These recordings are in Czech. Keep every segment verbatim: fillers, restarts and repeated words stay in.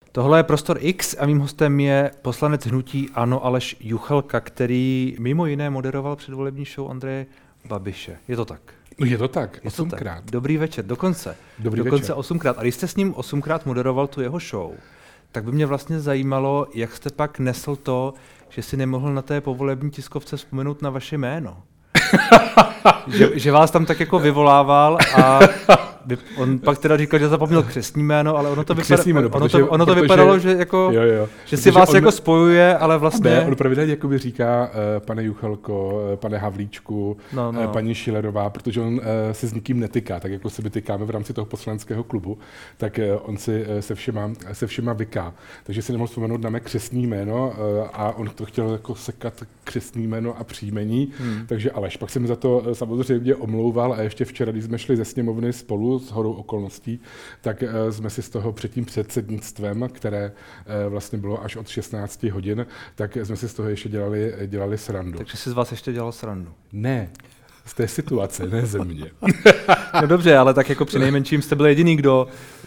Tohle je Prostor X a mým hostem je poslanec hnutí ANO Aleš Juchelka, který mimo jiné moderoval předvolební show Andreje Babiše. Je to tak? Je to tak, osmkrát. Dobrý večer, dokonce. Dobrý dokonce večer. osmkrát. A když jste s ním osmkrát moderoval tu jeho show, tak by mě vlastně zajímalo, jak jste pak nesl to, že si nemohl na té povolební tiskovce vzpomenout na vaše jméno. že, že vás tam tak jako vyvolával a on pak teda říkal, že zapomněl křestní jméno, ale ono to, vypadá, jméno, ono protože, to, ono to protože, vypadalo, že, jako, jo, jo. že si vás on, jako spojuje, ale vlastně... Ne, on pravidelně jakoby říká, uh, pane Juchelko, uh, pane Havlíčku, no, no. Uh, paní Schillerová, protože on uh, se s nikým netyká, tak jako se vytykáme v rámci toho poslaneckého klubu, tak uh, on si uh, se, všema, se všema vyká. Takže si nemohl vzpomenout na mé křestní jméno uh, a on to chtěl jako sekat křestní jméno a příjmení, hmm. takže Aleš, pak jsem za to uh, samozřejmě omlouval a ještě včera, když jsme šli ze sněmovny spolu s hodou okolností, tak uh, jsme si z toho před tím předsednictvem, které uh, vlastně bylo až od šestnácti hodin, tak jsme si z toho ještě dělali, dělali srandu. Takže si z vás ještě dělal srandu? Ne, z té situace, ne ze mě. No dobře, ale tak jako při nejmenším jste byl jediný, kdo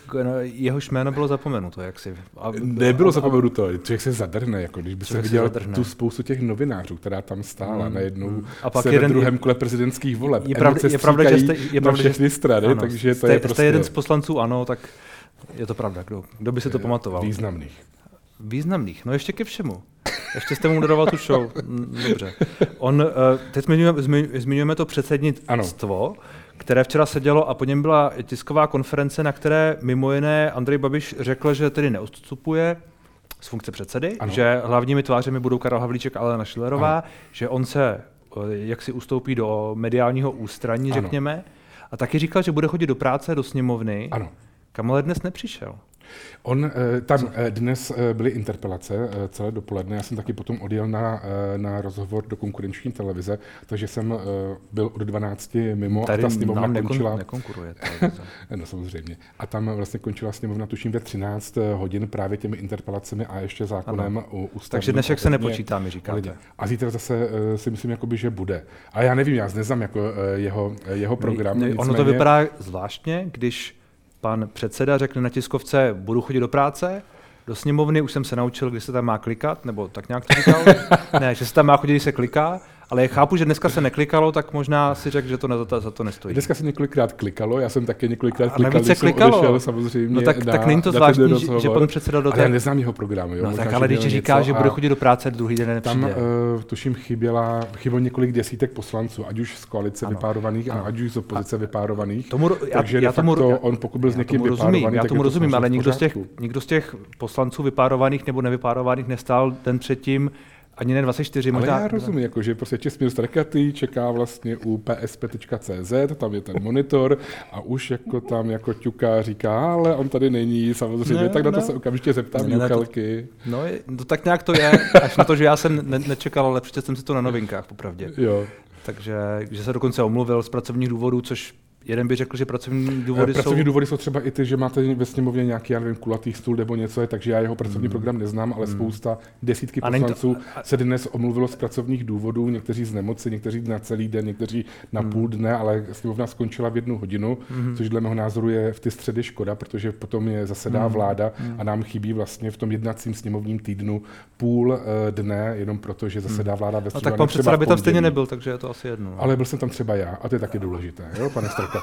jehož jméno bylo zapomenuto, jak si... A, Nebylo a, zapomenuto, člověk se zadrhne, jako když by se viděl zadrhne. Tu spoustu těch novinářů, která tam stála hmm. najednou hmm. a pak se jeden, ve druhém kole prezidentských voleb. Je pravda, je pravda, že jste, je na pravda, všechny strany, ano, takže to jste, je prostě... Jste jeden z poslanců, ano, tak je to pravda. Kdo, kdo by se to pamatoval? Významných. Významných, no ještě ke všemu. Ještě jste mu moderoval tu show. Dobře. On, teď zmiňujeme, zmiňujeme to předsednictvo, ano. které včera sedělo a po něm byla tisková konference, na které mimo jiné Andrej Babiš řekl, že tedy neustupuje z funkce předsedy, ano. že hlavními tvářemi budou Karel Havlíček a Alena Schillerová, ano. že on se jaksi ustoupí do mediálního ústraní, ano. řekněme, a taky říkal, že bude chodit do práce, do sněmovny, ano. kam ale dnes nepřišel. On, tam dnes byly interpelace celé dopoledne, já jsem taky potom odjel na, na rozhovor do konkurenční televize, takže jsem byl od dvanácti mimo tady a ta sněmovna nekon, končila... nekonkuruje. No samozřejmě. A tam vlastně končila sněmovna tuším ve třináct hodin právě těmi interpelacemi a ještě zákonem o ústavním. Takže dnešek se nepočítá, mi říkáte. A zítra zase si myslím, jakoby, že bude. A já nevím, já neznám jako jeho, jeho program. Ne, ne, ono to vypadá zvláštně, když pan předseda řekne na tiskovce, budu chodit do práce, do sněmovny, už jsem se naučil, kdy se tam má klikat, nebo tak nějak to říkal. Ne, že se tam má chodit, když se kliká, ale chápu, že dneska se neklikalo, tak možná si řekl, že to za, to za to nestojí. Dneska se několikrát klikalo, já jsem taky několikrát klikal, když jsem odešel samozřejmě. No tak, na, tak není to zvláštní, že, že pan předseda do té... Ale já neznám jeho program. Jo? No tak ale když říká, že bude chodit do práce, druhý den nepřijde. Tam uh, tuším chyběla, chybělo několik desítek poslanců, ať už z koalice ano. vypárovaných, ano. a ať už z opozice a vypárovaných. Tomu, takže já, já tomu, já, on pokud byl s někým vypárovaný, já tomu rozumím, ale nikdo z, těch, nikdo z těch poslanců vypárovaných nebo nevypárovaných nestál den předtím ani ne dvacet čtyři, ale možná... já rozumím, jako, že prostě Česmír Starkatý čeká vlastně u P S P tečka cé zet, tam je ten monitor a už jako tam jako ťuká říká, ale on tady není samozřejmě, ne, tak na to ne. se okamžitě zeptám ne, Juchelky. To, no, je, to tak nějak to je, až na to, že já jsem ne, nečekal, ale přečetl jsem si to na novinkách, popravdě. Jo. Takže že se dokonce omluvil z pracovních důvodů, což jeden by řekl, že pracovní důvody pracovní jsou... důvody jsou třeba i ty, že máte ve sněmovně nějaký, já nevím, kulatý stůl nebo něco, takže já jeho pracovní mm. program neznám, ale mm. spousta, desítky a poslanců to... a... se dnes omluvilo z pracovních důvodů, někteří z nemoci, někteří na celý den, někteří na mm. půl dne, ale sněmovna skončila v jednu hodinu, mm. což dle mého názoru je v ty středy škoda, protože potom je zasedá mm. vláda mm. a nám chybí vlastně v tom jednacím sněmovním týdnu půl dne, jenom proto, že zasedá vláda ve středu. No tak pan předseda by tam stejně nebyl, takže je to asi jedno. Ale byl jsem tam třeba já a to je taky důležité, jo, pane Starkatý.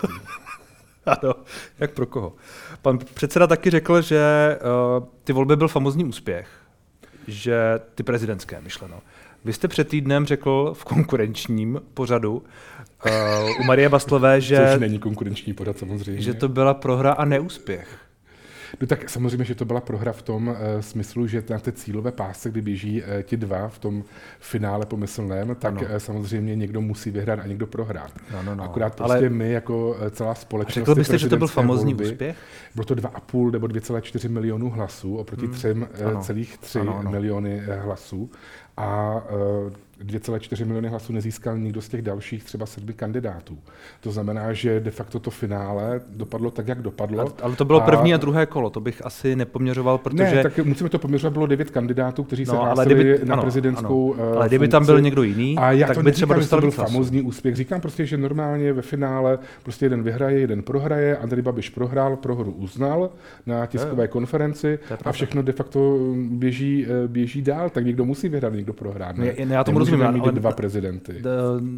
Ano, jak pro koho. Pan předseda taky řekl, že uh, ty volby byl famózní úspěch, že ty prezidentské myšleno. Vy jste před týdnem řekl v konkurenčním pořadu uh, u Marie Bastlové, že... Což není konkurenční pořad samozřejmě. Že to byla prohra a neúspěch. No tak samozřejmě, že to byla prohra v tom uh, smyslu, že na té cílové pásce, kdy běží uh, ti dva v tom finále pomyslném, tak uh, samozřejmě někdo musí vyhrát a někdo prohrát. No, no, no. Akorát prostě ale... my jako uh, celá společnost... Řekl byste, že to byl famózní úspěch? Bylo to dva a půl nebo dvě celé čtyři milionů hlasů oproti hmm. třem uh, celých tři ano, ano. miliony uh, hlasů. A uh, dvě celé čtyři miliony hlasů nezískal nikdo z těch dalších třeba sedmi kandidátů. To znamená, že de facto to finále dopadlo tak, jak dopadlo. A, ale to bylo a... první a druhé kolo, to bych asi nepoměřoval, protože... Ne, tak musíme to poměřovat, bylo devět kandidátů, kteří no, se hlásili kdyby... na ano, prezidentskou ano. Ale kdyby tam byl někdo jiný, a já tak to by třeba dostal byl famózní úspěch. Říkám prostě, že normálně ve finále prostě jeden vyhraje, jeden prohraje. Andrej Babiš prohrál, prohru uznal na tiskové konferenci a všechno de facto běží, běží dál. Tak někdo musí vyhrát, někdo prohrát. Ne? Ne, já tomu rozumím, mít ale dva prezidenty. D,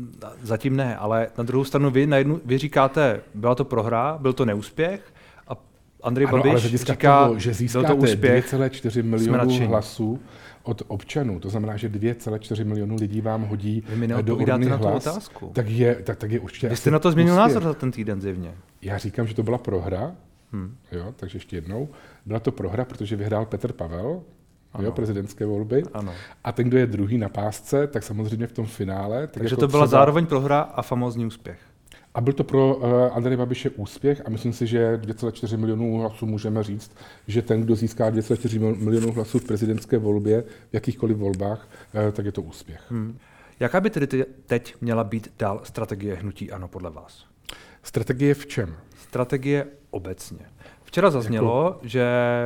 zatím ne, ale na druhou stranu vy, na jednu, vy říkáte, byla to prohra, byl to neúspěch a Andrej ano, Babiš říká, toho, že získáte dvě celé čtyři milionů hlasů od občanů, to znamená, že dvě celé čtyři milionu lidí vám hodí do urny hlas, otázku. Tak je, tak, tak je určitě... Vy jste na to změnil názor za ten týden zjevně. Já říkám, že to byla prohra, hmm. jo, takže ještě jednou. Byla to prohra, protože vyhrál Petr Pavel, jo, prezidentské volby. Ano. A ten, kdo je druhý na pásce, tak samozřejmě v tom finále... Tak takže jako to byla třeba... zároveň prohra a famózní úspěch. A byl to pro uh, Andreje Babiše úspěch a myslím si, že dvě celé čtyři milionů hlasů můžeme říct, že ten, kdo získá dvě celé čtyři milionů hlasů v prezidentské volbě, v jakýchkoliv volbách, uh, tak je to úspěch. Hmm. Jaká by tedy teď měla být dál strategie hnutí ANO podle vás? Strategie v čem? Strategie obecně. Včera zaznělo, jako... že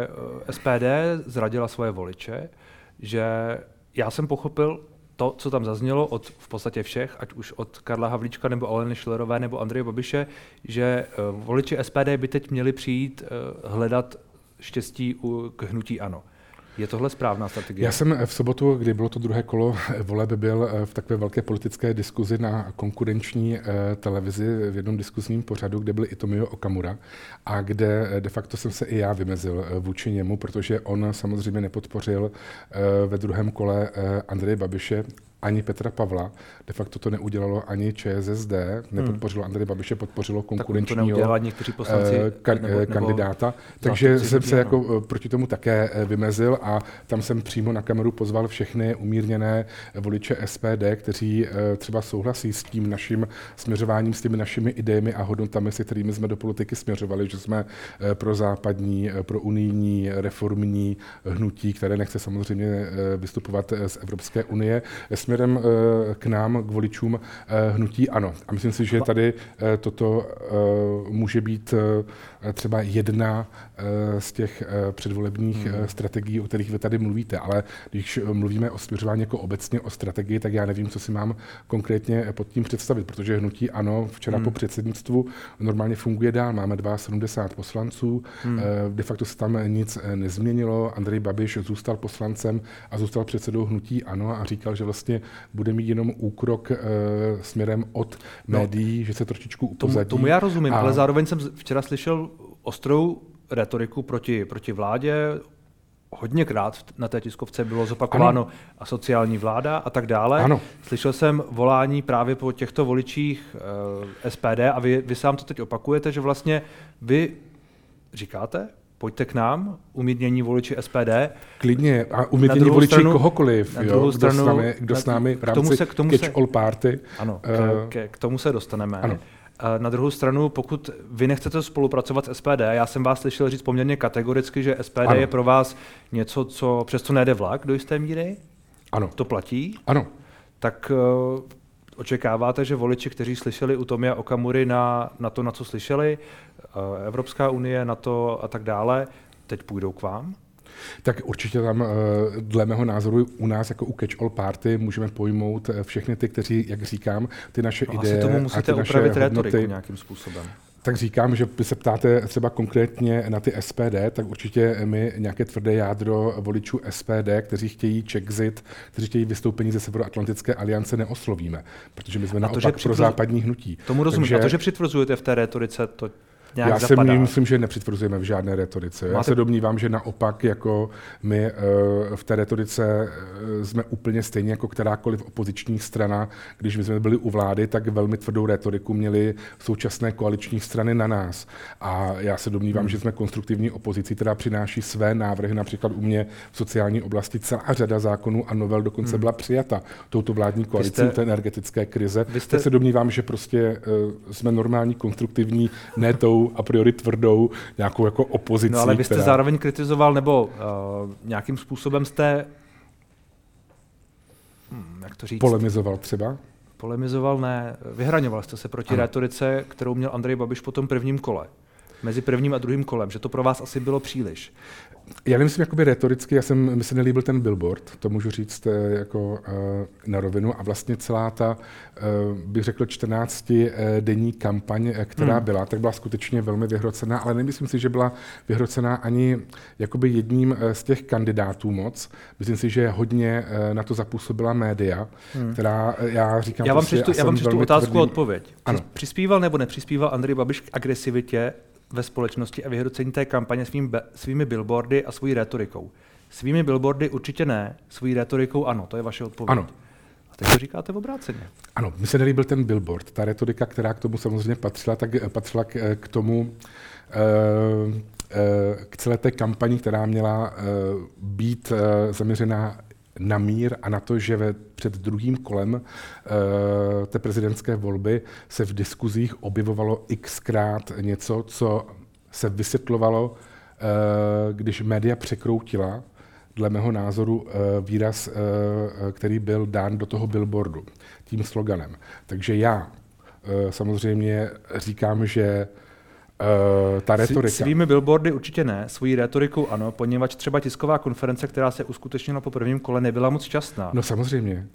S P D zradila svoje voliče, že já jsem pochopil to, co tam zaznělo od v podstatě všech, ať už od Karla Havlíčka nebo Aleny Schillerové nebo Andreje Babiše, že voliči S P D by teď měli přijít hledat štěstí u, k hnutí ANO. Je tohle správná strategie? Já jsem v sobotu, kdy bylo to druhé kolo voleb, byl v takové velké politické diskuzi na konkurenční televizi v jednom diskuzním pořadu, kde byl i Tomio Okamura a kde de facto jsem se i já vymezil vůči němu, protože on samozřejmě nepodpořil ve druhém kole Andreje Babiše ani Petra Pavla. De facto to neudělalo ani ČSSD, nepodpořilo hmm. Andreje Babiše, podpořilo konkurenčního kan, nebo, kandidáta. Nebo takže jsem se jako proti tomu také vymezil a tam jsem přímo na kameru pozval všechny umírněné voliče S P D, kteří třeba souhlasí s tím naším směřováním, s těmi našimi idejemi a hodnotami, se kterými jsme do politiky směřovali, že jsme pro západní, pro unijní, reformní hnutí, které nechce samozřejmě vystupovat z Evropské unie, směrem k nám, k voličům hnutí ANO. A myslím si, že tady toto může být třeba jedna z těch předvolebních hmm. strategií, o kterých vy tady mluvíte. Ale když mluvíme o směřování jako obecně o strategii, tak já nevím, co si mám konkrétně pod tím představit, protože hnutí ANO včera hmm. po předsednictvu normálně funguje dál. Máme sedmdesát dva poslanců, hmm. de facto se tam nic nezměnilo. Andrej Babiš zůstal poslancem a zůstal předsedou hnutí ANO a říkal, že vlastně bude mít jenom úkrok e, směrem od no, médií, že se trošičku upozadí. Tomu, tomu já rozumím, a... ale zároveň jsem včera slyšel ostrou retoriku proti, proti vládě. Hodněkrát na té tiskovce bylo zopakováno ano. asociální vláda a tak dále. Ano. Slyšel jsem volání právě po těchto voličích e, S P D a vy, vy sám to teď opakujete, že vlastně vy říkáte, pojďte k nám, umírnění voliči S P D. Klidně, a umírnění voliči stranu, kohokoliv, jo, kdo, stranu, s námi, kdo na, s námi v rámci se, catch-all party. Ano, uh, k, k tomu se dostaneme. Ano. Na druhou stranu, pokud vy nechcete spolupracovat s S P D, já jsem vás slyšel říct poměrně kategoricky, že S P D ano. je pro vás něco, co přesto nejde vlak do jisté míry. Ano. To platí. Ano. Tak uh, očekáváte, že voliči, kteří slyšeli u Tomia Okamury na, na to, na co slyšeli, Evropská unie, NATO a tak dále, teď půjdou k vám? Tak určitě tam, dle mého názoru, u nás jako u catch-all party můžeme pojmout všechny ty, kteří, jak říkám, ty naše no, ideje asi tomu musíte a ty upravit naše rétoriku hodnoty, nějakým způsobem. Tak říkám, že se ptáte třeba konkrétně na ty S P D, tak určitě my nějaké tvrdé jádro voličů S P D, kteří chtějí Czexit, kteří chtějí vystoupení ze Severoatlantické aliance, neoslovíme, protože my jsme naopak to, přitvrz... pro západní hnutí. Tomu rozumím. Takže... A to, že přitvrzujete v té rétorice, to nějak Já zapadá. si myslím, že nepřitvrzujeme v žádné rétorice. Máte... Já se domnívám, že naopak jako my v té rétorice jsme úplně stejně jako kterákoliv opoziční strana. Když my jsme byli u vlády, tak velmi tvrdou rétoriku měly současné koaliční strany na nás. A já se domnívám, hmm. že jsme konstruktivní opozicí, která přináší své návrhy, například u mě v sociální oblasti celá řada zákonů a novel dokonce hmm. byla přijata touto vládní koalicí jste... té energetické krize. Jste... Tak se domnívám, že prostě jsme normální, konstruktivní, ne tou a priori tvrdou nějakou jako opozicí. No ale vy jste která... zároveň kritizoval, nebo uh, nějakým způsobem jste, hm, jak to říct? Polemizoval třeba? Polemizoval ne, vyhraňoval jste se proti ano. rétorice, kterou měl Andrej Babiš po tom prvním kole. Mezi prvním a druhým kolem, že to pro vás asi bylo příliš. Já nemyslím jakoby rétoricky, já jsem, mi se nelíbil ten billboard, to můžu říct jako uh, na rovinu a vlastně celá ta, uh, bych řekl, čtrnáctidenní kampaň, která hmm. byla, tak byla skutečně velmi vyhrocená, ale nemyslím si, že byla vyhrocená ani jakoby jedním z těch kandidátů moc. Myslím si, že hodně uh, na to zapůsobila média, hmm. která, já říkám... Já vám prostě, přečtu, já vám přečtu otázku tvrdý... a odpověď. Ano. Přispíval nebo nepřispíval Andrej Babiš k agresivitě ve společnosti a vyhrocení té kampaně svým be, svými billboardy a svojí rétorikou? Svými billboardy určitě ne, svojí rétorikou ano, to je vaše odpověď. Ano. A teď to říkáte obráceně. Ano, mi se nelíbil ten billboard. Ta rétorika, která k tomu samozřejmě patřila, tak patřila k, k tomu, k celé té kampani, která měla být zaměřená na mír a na to, že ve, před druhým kolem uh, té prezidentské volby se v diskuzích objevovalo xkrát něco, co se vysvětlovalo, uh, když média překroutila, dle mého názoru, uh, výraz, uh, který byl dán do toho billboardu, tím sloganem. Takže já uh, samozřejmě říkám, že Uh, ta retorika. Svými billboardy určitě ne, svojí rétorikou ano, poněvadž třeba tisková konference, která se uskutečnila po prvním kole, nebyla moc šťastná. No samozřejmě.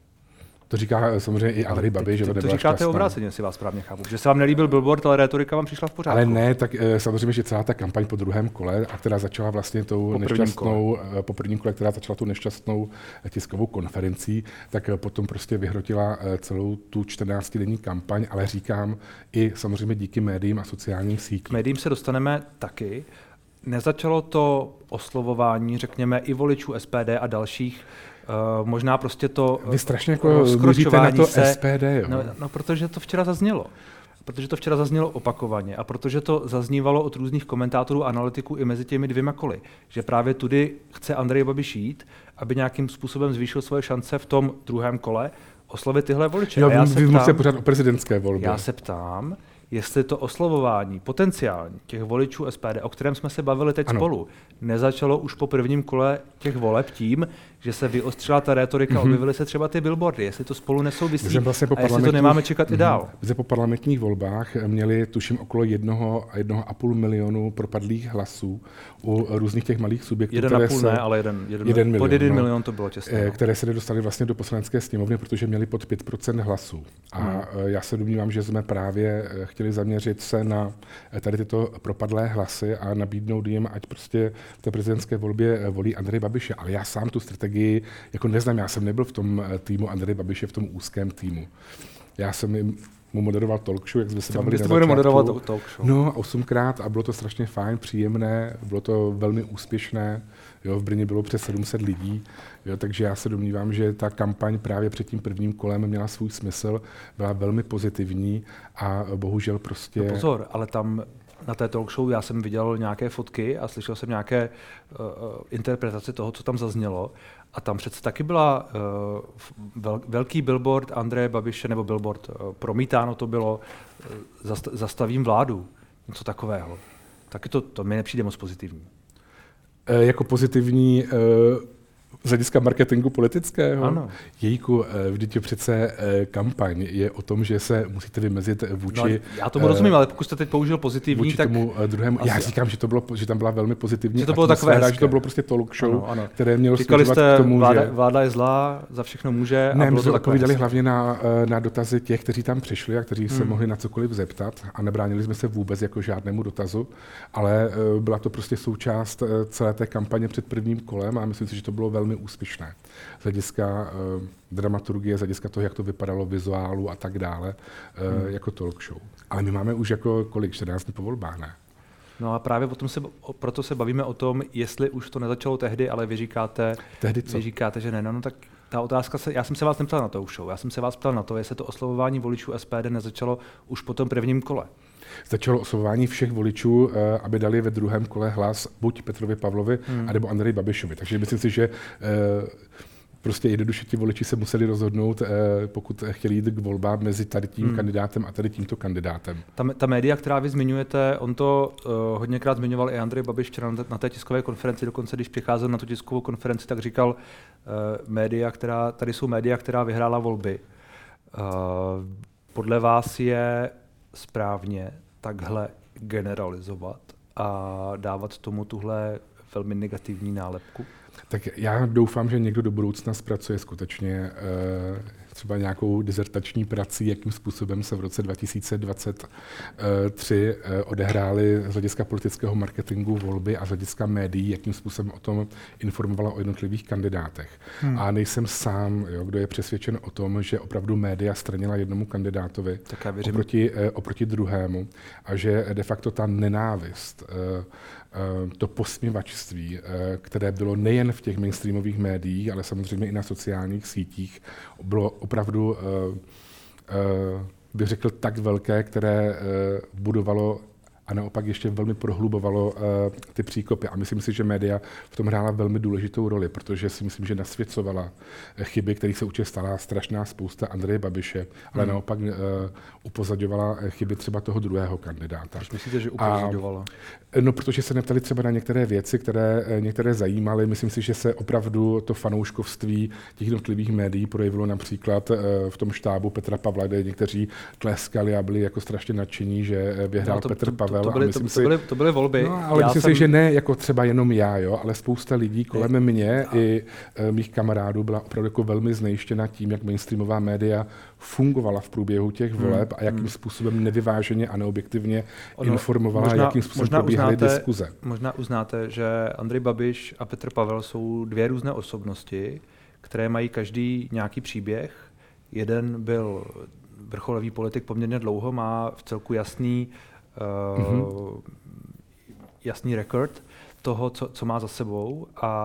To říká samozřejmě i Andrej Babiš, že to nebyla šťastná. To říkáte obráceně, jestli vás správně chápu. Že se vám nelíbil billboard, ale rétorika vám přišla v pořádku. Ale ne, tak samozřejmě, že celá ta kampaň po druhém kole, a která začala vlastně tou po nešťastnou, kole. po prvním kole, která začala tu nešťastnou tiskovou konferencí, tak potom prostě vyhrotila celou tu čtrnáctidenní kampaň, ale říkám i samozřejmě díky médiím a sociálním sítím. K médiím se dostaneme taky. Nezačalo to oslovování, řekněme, i voličů S P D a dalších. Uh, možná prostě to Vy strašně jako mluvíte na to se, S P D, jo? No, no, protože to včera zaznělo. Protože to včera zaznělo opakovaně a protože to zaznívalo od různých komentátorů a analytiků i mezi těmi dvěma koly, že právě tudy chce Andrej Babiš jít, aby nějakým způsobem zvýšil svoje šance v tom druhém kole oslovit tyhle voliče. Jo, a já vy mluvíte pořád o prezidentské volbě. Já se ptám, jestli to oslovování potenciální těch voličů S P D, o kterém jsme se bavili teď ano. spolu, nezačalo už po prvním kole těch voleb tím, že se vyostřila ta rétorika, mm-hmm. objevily se třeba ty billboardy, jestli to spolu nesouvisí vlastně a jestli to nemáme čekat mm-hmm. i dál. Že po parlamentních volbách měli tuším okolo jednoho a jednoho a půl milionu propadlých hlasů u různých těch malých subjektů. Jeden a půl se, ne, ale jeden, jeden, jeden milion, pod jeden no, milion to bylo těsně. No. Které se nedostali vlastně do poslanecké sněmovny, protože měli pod pět procent hlasů. A hmm. já se domnívám, že jsme právě chtěli zaměřit se na tady tyto propadlé hlasy a nabídnout jim, ať prostě v té prezidentské volbě volí Andrej Babiše. Ale já sám tu strategii jako neznám, já jsem nebyl v tom týmu Andrej Babiše, v tom úzkém týmu. Já jsem jim mu moderoval talk show, jak jsme se bavili na začátku. Moderovat talk show. No, osmkrát a bylo to strašně fajn, příjemné, bylo to velmi úspěšné. Jo, v Brně bylo přes sedm set lidí, jo, takže já se domnívám, že ta kampaň právě před tím prvním kolem měla svůj smysl, byla velmi pozitivní a bohužel prostě... No pozor, ale tam na té talk show já jsem viděl nějaké fotky a slyšel jsem nějaké uh, interpretace toho, co tam zaznělo. A tam přece taky byla uh, vel, velký billboard Andreje Babiše, nebo billboard, uh, promítáno to bylo, uh, zast, zastavím vládu, něco takového. Taky to, to mi nepřijde moc pozitivní. E, jako pozitivní e, z hlediska marketingu politického? Ano. Jejku, vždyť je přece kampaň je o tom, že se musíte vymezit vůči... No, já tomu rozumím, ale pokud jste teď použil pozitivní, vůči tak... tomu druhému, asi... Já říkám, že, to bylo, že tam byla velmi pozitivní že to bylo takové hezké. Že to bylo prostě talk show, ano, ano. které mělo Říkali jste, k tomu, vláda, že... vláda je zlá, za všechno může. Ne, a my jsme odpovídali hlavně na, na dotazy těch, kteří tam přišli a kteří hmm. se mohli na cokoliv zeptat a nebránili jsme se vůbec jako žádnému dotazu, ale byla to prostě součást celé té kampaně před prvním kolem a myslím si, že to bylo velmi úspěšné. Z hlediska uh, dramaturgie, z hlediska toho, jak to vypadalo, vizuálu a tak dále, uh, hmm. jako talk show. Ale my máme už jako kolik, čtrnáct dní po volbách, ne? No a právě potom se, proto se bavíme o tom, jestli už to nezačalo tehdy, ale vy říkáte, tehdy co? Vy říkáte, že ne. No, no tak ta otázka se, já jsem se vás neptal na talk show, já jsem se vás ptal na to, jestli to oslovování voličů S P D nezačalo už po tom prvním kole. Začalo oslovování všech voličů, aby dali ve druhém kole hlas buď Petrovi Pavlovi, hmm. anebo Andreji Babišovi. Takže myslím si, že prostě jednoduše ti voliči se museli rozhodnout, pokud chtěli jít k volbám mezi tady tím hmm. kandidátem a tady tímto kandidátem. Ta, ta média, která vy zmiňujete, on to uh, hodněkrát zmiňoval i Andrej Babiš včera na té tiskové konferenci, dokonce když přicházel na tu tiskovou konferenci, tak říkal, uh, média, která, tady jsou média, která vyhrála volby. Uh, podle vás je správně takhle generalizovat a dávat tomu tuhle velmi negativní nálepku? Tak já doufám, že někdo do budoucna zpracuje skutečně třeba nějakou dizertační prací, jakým způsobem se v roce dva tisíce dvacet tři odehrály z hlediska politického marketingu volby a z hlediska médií, jakým způsobem o tom informovala o jednotlivých kandidátech. Hmm. A nejsem sám, jo, kdo je přesvědčen o tom, že opravdu média stranila jednomu kandidátovi oproti, oproti druhému a že de facto ta nenávist, to posměvačství, které bylo nejen v těch mainstreamových médiích, ale samozřejmě i na sociálních sítích, bylo opravdu, bych řekl, tak velké, které budovalo a naopak ještě velmi prohlubovalo uh, ty příkopy. A myslím si, že média v tom hrála velmi důležitou roli, protože si myslím, že nasvěcovala chyby, kterých se určitě stala strašná spousta Andreje Babiše, ale hmm. naopak uh, upozaďovala chyby třeba toho druhého kandidáta. Proč myslíte, že upozaďovala? A, no, protože se neptali třeba na některé věci, které některé zajímaly. Myslím si, že se opravdu to fanouškovství těch jednotlivých médií projevilo například uh, v tom štábu Petra Pavla, kde někteří tleskali a byli jako strašně nadšení, že vyhrál no, to, Petr Pavel. To byly, to, to, byly, to byly volby. No, ale já myslím jsem... si, že ne jako třeba jenom já, jo, ale spousta lidí kolem mě a... i e, mých kamarádů byla opravdu jako velmi znejištěna tím, jak mainstreamová média fungovala v průběhu těch voleb hmm. a jakým hmm. způsobem nevyváženě a neobjektivně ono, informovala, možná, jakým způsobem probíhaly diskuze. Možná uznáte, že Andrej Babiš a Petr Pavel jsou dvě různé osobnosti, které mají každý nějaký příběh. Jeden byl vrcholový politik poměrně dlouho, má v celku jasný Uh, mm-hmm. jasný rekord toho, co, co má za sebou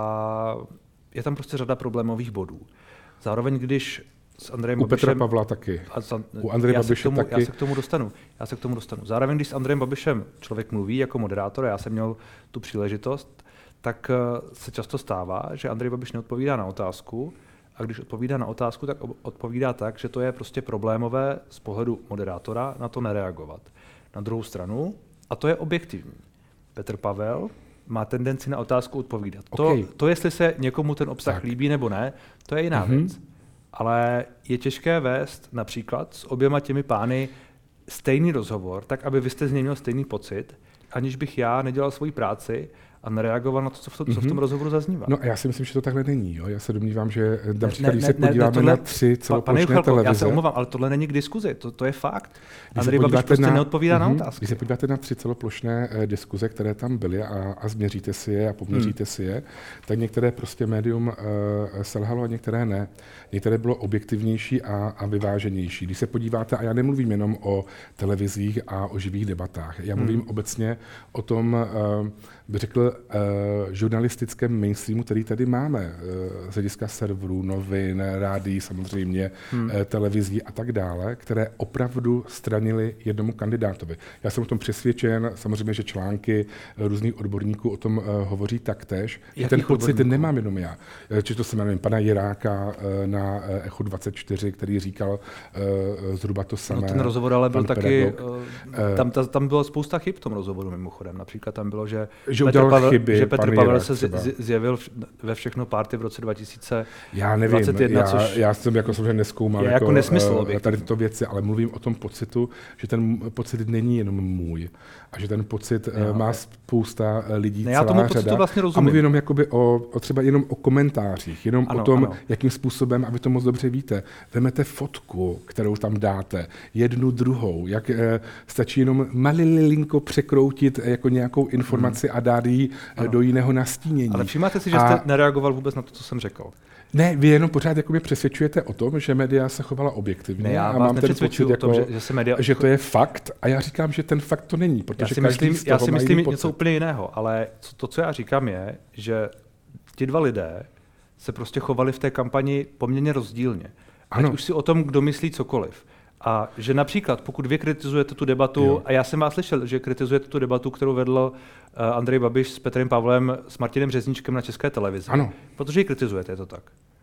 a je tam prostě řada problémových bodů. Zároveň, když s Andrejem U Babišem... Petra Pavla taky. A za, U Andreje Babiše tomu, taky. Já se k tomu dostanu. Já se k tomu dostanu. Zároveň, když s Andrejem Babišem člověk mluví jako moderátor, já jsem měl tu příležitost, tak uh, se často stává, že Andrej Babiš neodpovídá na otázku a když odpovídá na otázku, tak odpovídá tak, že to je prostě problémové z pohledu moderátora na to nereagovat. Na druhou stranu, a to je objektivní, Petr Pavel má tendenci na otázku odpovídat. Okay. To, to, jestli se někomu ten obsah tak. líbí nebo ne, to je jiná mm-hmm. věc. Ale je těžké vést například s oběma těmi pány stejný rozhovor, tak aby vy jste z něj měl stejný pocit, aniž bych já nedělal svoji práci a nereagoval na to, co v, tom, mm-hmm. co v tom rozhovoru zaznívá. No a já si myslím, že to takhle není. Jo? Já se domnívám, že například, když se podíváme ne, tohle, na tři celoplošné Juchelko, televize... Já se omlouvám, ale tohle není k diskuzi, to, to je fakt. Andrej Babiš prostě na, neodpovídá uh-huh, na otázky. Když se podíváte na tři celoplošné eh, diskuze, které tam byly a, a změříte si je a poměříte hmm. si je, tak některé prostě médium eh, selhalo a některé ne. Některé bylo objektivnější a, a vyváženější. Když se podíváte, a já nemluvím jenom o televizích a o živých debatách, já mluvím hmm. obecně o tom, eh, bych řekl, Uh, žurnalistickém mainstreamu, který tady máme, uh, z hlediska serverů, novin, rádií samozřejmě, hmm. uh, televizí a tak dále, které opravdu stranily jednomu kandidátovi. Já jsem o tom přesvědčen, samozřejmě, že články uh, různých odborníků o tom uh, hovoří taktéž, že ten pocit odborníků? Nemám jenom já. Uh, či to se jmenuje pana Jiráka uh, na uh, Echo dvacet čtyři, který říkal uh, zhruba to samé. No ten rozhovor ale byl taky, uh, tam, ta, tam bylo spousta chyb v tom rozhovoru mimochodem. Například tam bylo, že, že udělal Pavel, chyby, že Petr Pavel se zjevil ve Všechno party v roce dva tisíce dvacet jedna, já nevím, já, což já jsem jako samozřejmě nezkoumal je jako, jako nesmysl tady tyto věci, ale mluvím o tom pocitu, že ten pocit není jenom můj a že ten pocit já, má spousta lidí, ne, celá já tomu řada. Vlastně a mluvím jenom jakoby o, o třeba jenom o komentářích, jenom ano, o tom, ano. jakým způsobem, a vy to moc dobře víte, vemete fotku, kterou tam dáte, jednu druhou, jak eh, stačí jenom malilinko překroutit jako nějakou informaci hmm. a dát ji ano. do jiného nastínění. Ale všímáte si, že jste a... nereagoval vůbec na to, co jsem řekl? Ne, vy jenom pořád jako mě přesvědčujete o tom, že média se chovala objektivně. Ne, já a vás mám ten pocit, o tom, jako, že, že, se média... že to je fakt a já říkám, že ten fakt to není, protože já si každý myslím, z toho já si myslím něco pocit. úplně jiného, ale to, co já říkám je, že ti dva lidé se prostě chovali v té kampani poměrně rozdílně. Ať už si o tom, kdo myslí cokoliv. A že například, pokud vy kritizujete tu debatu, jo. a já jsem vás slyšel, že kritizujete tu debatu, kterou vedl uh, Andrej Babiš s Petrem Pavlem, s Martinem Řezníčkem na České televizi. Ano. Protože ji kritizujete, je to tak?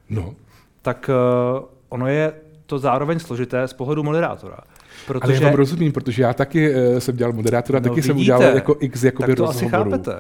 No. Tak uh, ono je to zároveň složité z pohledu moderátora. Protože... Ale já vám rozumím, protože já taky uh, jsem dělal moderátora, no, taky vidíte, jsem udělal jako x jakoby tak to rozhovorů. asi chápete.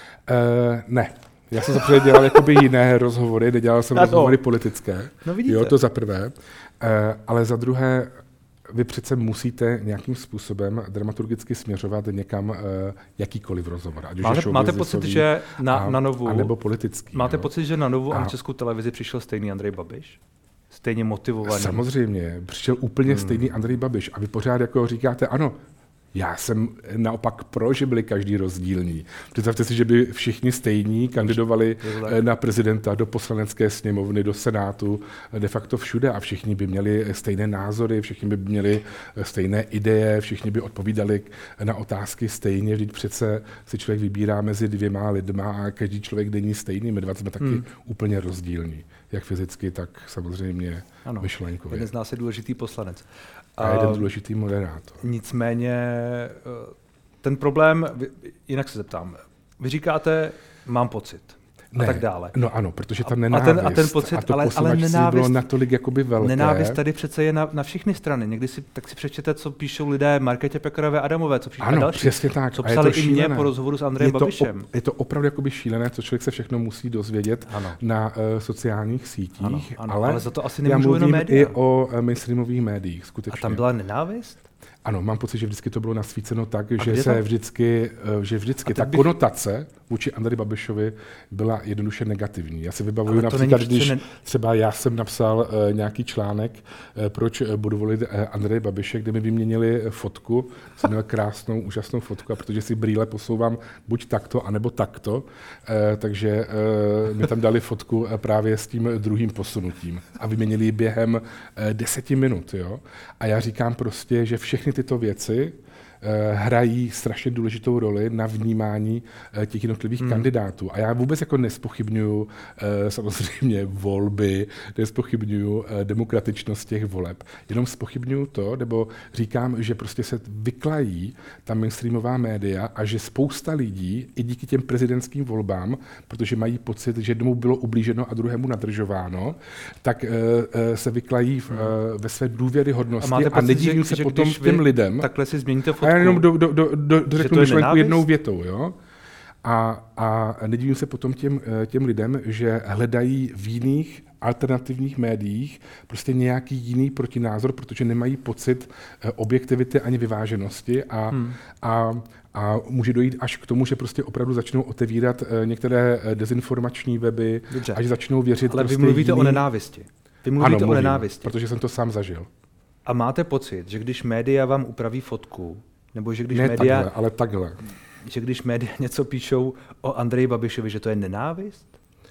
Uh, ne. Já jsem zapřed dělal jakoby jiné rozhovory, nedělal jsem rozhovory politické. No vidíte. Jo, to za prvé. Uh, ale za druhé, vy přece musíte nějakým způsobem dramaturgicky směřovat někam uh, jakýkoliv rozhovor. Ať máte, máte pocit, že na, a, na Novu... A nebo politický. Máte jo. pocit, že na Novu a, a na Českou televizi přišel stejný Andrej Babiš? Stejně motivovaný? Samozřejmě. Přišel úplně hmm. stejný Andrej Babiš. A vy pořád jako říkáte, ano, já jsem naopak pro, že byli každý rozdílní. Představte si, že by všichni stejní kandidovali na prezidenta, do poslanecké sněmovny, do senátu, de facto všude a všichni by měli stejné názory, všichni by měli stejné ideje, všichni by odpovídali na otázky stejně. Vždyť přece si člověk vybírá mezi dvěma lidma a každý člověk není stejný. My dva jsme taky hmm. úplně rozdílní. Jak fyzicky, tak samozřejmě ano, myšlenkově. Jeden z nás je důležitý poslanec. A jeden důležitý moderátor. Nicméně ten problém, jinak se zeptám, vy říkáte, mám pocit a ne, tak dále. No ano, protože ta nenávist a ten, a ten pocit, a to ale, ale nenávist, bylo natolik jakoby velké. Nenávist tady přece je na, na všechny strany. Někdy si, tak si přečtěte, co píšou lidé Markétě Pekarové Adamové, co píšou ano, další. Přesně tak. Co psali i mě po rozhovoru s Andrejem je Babišem. To, je to opravdu jakoby šílené, co člověk se všechno musí dozvědět ano. na uh, sociálních sítích, ano, ano, ale, ale za to asi já nemůžu mluvím jenom média. i o uh, mainstreamových médiích, skutečně. A tam byla nenávist? Ano, mám pocit, že vždycky to bylo nasvíceno tak, že se vždycky, že vždycky ta bych... konotace vůči Andreji Babišovi byla jednoduše negativní. Já si vybavuju ale například, když ne... třeba já jsem napsal uh, nějaký článek, uh, proč budu volit uh, Andreje Babiše, kde mi vyměnili fotku, jsem měl krásnou, úžasnou fotku, a protože si brýle posouvám buď takto, anebo takto, uh, takže uh, mi tam dali fotku uh, právě s tím druhým posunutím a vyměnili ji během uh, deseti minut. Jo? A já říkám prostě, že všechny tyto věci uh, hrají strašně důležitou roli na vnímání uh, těch jednotlivých hmm. kandidátů. A já vůbec jako nespochybnuju uh, samozřejmě volby, nespochybnuju uh, demokratičnost těch voleb. Jenom spochybnuju to, nebo říkám, že prostě se vyklají ta mainstreamová média a že spousta lidí i díky těm prezidentským volbám, protože mají pocit, že jednomu bylo ublíženo a druhému nadržováno, tak uh, uh, se vyklají v, uh, ve své důvěryhodnosti a, a nedivím se potom těm lidem. Takhle si změníte fotku. A já jenom do, do, do, do, do řeknu myšlenku jednou větou. Jo? A, a nedivím se potom těm, těm lidem, že hledají v jiných alternativních médiích prostě nějaký jiný protinázor, protože nemají pocit objektivity ani vyváženosti a, hmm. a, a může dojít až k tomu, že prostě opravdu začnou otevírat některé dezinformační weby, dobře, až začnou věřit. Ale prostě vy mluvíte jiný... o nenávisti. Vy mluvíte ano, o mluvím, nenávisti. Protože jsem to sám zažil. A máte pocit, že když média vám upraví fotku, nebo že když ne média... takhle, ale takhle. Že když média něco píšou o Andreji Babišovi, že to je nenávist?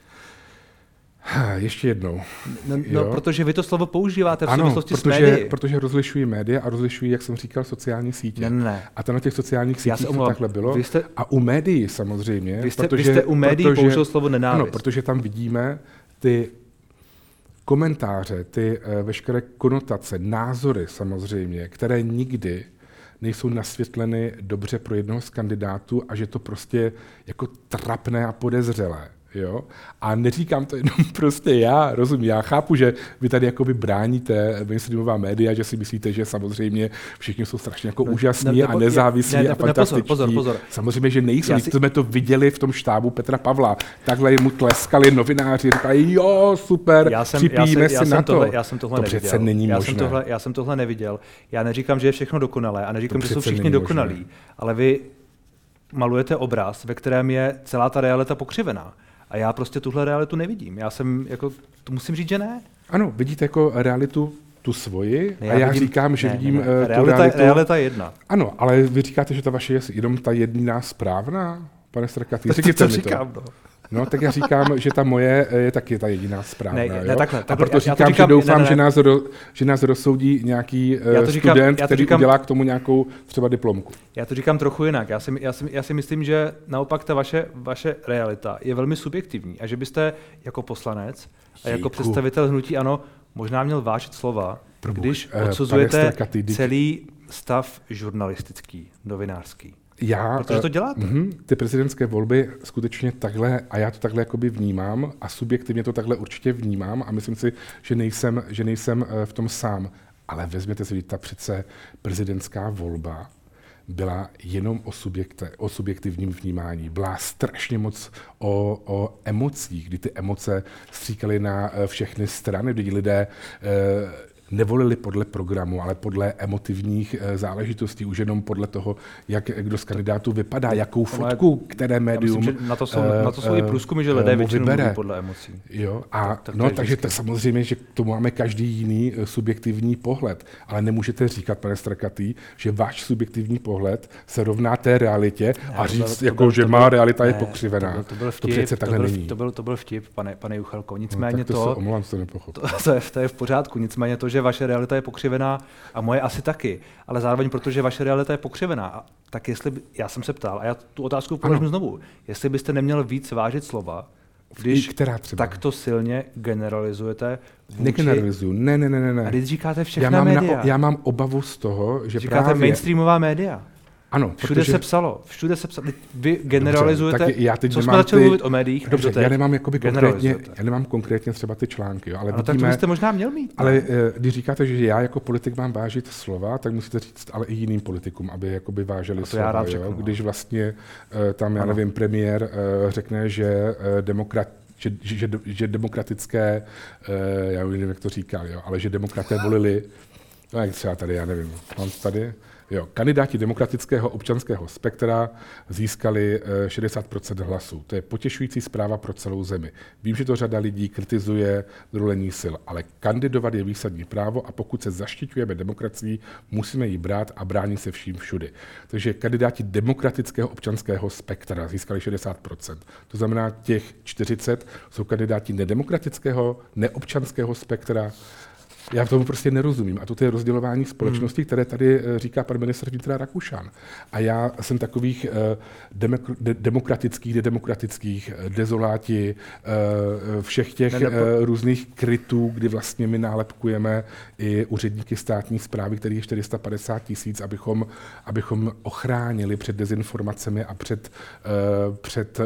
Ha, ještě jednou. No, no protože vy to slovo používáte v ano, souvislosti protože, s médií. protože rozlišují média a rozlišují, jak jsem říkal, sociální sítě. Ne, ne. A to na těch sociálních sítích to takhle bylo. Jste, a u médií samozřejmě. Vy jste, protože, vy jste u médií protože, použil slovo nenávist. Ano, protože tam vidíme ty komentáře, ty uh, veškeré konotace, názory samozřejmě, které nikdy nejsou nasvětleny dobře pro jednoho z kandidátů a že to prostě jako trapné a podezřelé. Jo? A neříkám to jenom prostě já, rozumím, já chápu, že vy tady jakoby bráníte mainstreamová média, že si myslíte, že samozřejmě všichni jsou strašně jako no, úžasní ne, ne, a nezávislí ne, ne, a fantastičtí. Pozor, pozor, pozor. Samozřejmě, že nejsou, si... jsme to viděli v tom štábu Petra Pavla. Takhle mu tleskali novináři, říkají, jo, super, já jsem, připíjíme já jsem, si já na to. Tohle, já jsem tohle to neviděl. přece není já možné. Jsem tohle, já jsem tohle neviděl. Já neříkám, že je všechno dokonalé a neříkám, že jsou všichni dokonalí, ale vy malujete obraz, ve kterém je celá ta realita pokřivená. A já prostě tuhle realitu nevidím. Já jsem jako, to musím říct, že ne. Ano, vidíte jako realitu tu svoji ne, a já vidím, říkám, že ne, vidím ne, ne. tu realita, realitu. Realita jedna. Ano, ale vy říkáte, že ta vaše je jenom ta jediná správná, pane Strkatý. Řekněte mi to. Říkám, no. No, tak já říkám, že ta moje je taky ta jediná správná. Ne, ne, takhle, takhle, a proto já, říkám, já to říkám, že doufám, ne, ne, že, nás ro, že nás rozsoudí nějaký uh, říkám, student, který říkám, udělá k tomu nějakou třeba diplomku. Já to říkám trochu jinak. Já si, já si, já si myslím, že naopak ta vaše, vaše realita je velmi subjektivní a že byste jako poslanec a jako Díku. představitel hnutí ANO možná měl vážit slova, Probuch, když uh, odsuzujete celý stav žurnalistický, novinářský. Já, Protože to děláte. Uh, ty prezidentské volby skutečně takhle, a já to takhle jakoby vnímám a subjektivně to takhle určitě vnímám a myslím si, že nejsem, že nejsem v tom sám. Ale vezměte si, že ta přece prezidentská volba byla jenom o, subjekte, o subjektivním vnímání. Byla strašně moc o, o emocích, kdy ty emoce stříkaly na všechny strany, kdy lidé eh, nevolili podle programu, ale podle emotivních e, záležitostí, už jenom podle toho, jak kdo z kandidátů vypadá, jakou fotku, které médium myslím, na to jsou, e, na to jsou i průzkumy, že lidé většinou mluví podle emocí. Jo, a tak, tak no, takže to samozřejmě, že k tomu máme každý jiný subjektivní pohled, ale nemůžete říkat, pane Strakatý, že váš subjektivní pohled se rovná té realitě ne, a říct, byl, jako, byl, že má byl, realita ne, je pokřivená. To, byl, to, byl vtip, to přece takhle to byl, není. To byl, to byl vtip, pane, pane Juchelko. Nicméně no, tak to, to, se omlouvám, to nepochopil. To, to, je, to je v pořádku, nicméně to, že vaše realita je pokřivená a moje asi taky, ale zároveň protože vaše realita je pokřivená, tak jestli, by, já jsem se ptal a já tu otázku položím znovu, jestli byste neměl víc vážit slova, když která třeba? Takto silně generalizujete vůči... Negeneralizuju, ne, ne, ne, ne. A když říkáte všechna já mám média. Na, já mám obavu z toho, že říkáte právě... mainstreamová média. Ano, všude protože... se psalo, všude se psalo. Vy generalizujete, dobře, já teď co jsme začali ty... mluvit o médiích, dobře, já nemám, jakoby konkrétně, já nemám konkrétně třeba ty články, jo, ale ano, vidíme, tak to byste možná měl mít. Ale ne? Když říkáte, že já jako politik mám vážit slova, tak musíte říct ale i jiným politikům, aby jakoby vážili slova. Jo? Řeknu, když vlastně tam, já ano. nevím, premiér řekne, že demokrat Že, že, že demokratické, já nevím, jak to říkal, jo, ale že demokraté volili, no jak třeba tady, já nevím, mám tady, jo, kandidáti demokratického občanského spektra získali šedesát procent hlasů. To je potěšující zpráva pro celou zemi. Vím, že to řada lidí kritizuje drolení sil, ale kandidovat je výsadní právo a pokud se zaštiťujeme demokracií, musíme ji brát a bránit se vším všudy. Takže kandidáti demokratického občanského spektra získali šedesát procent. To znamená, těch čtyřicet jsou kandidáti nedemokratického, neobčanského spektra. Já tomu prostě nerozumím. A to je rozdělování společnosti, hmm. které tady říká pan ministr vnitra Rakušan. A já jsem takových demok- de- demokratických, nedemokratických, dezoláti, všech těch Nedepo- různých krytů, kdy vlastně my nálepkujeme i úředníky státní správy, kterých je čtyři sta padesát tisíc, abychom, abychom ochránili před dezinformacemi a před, před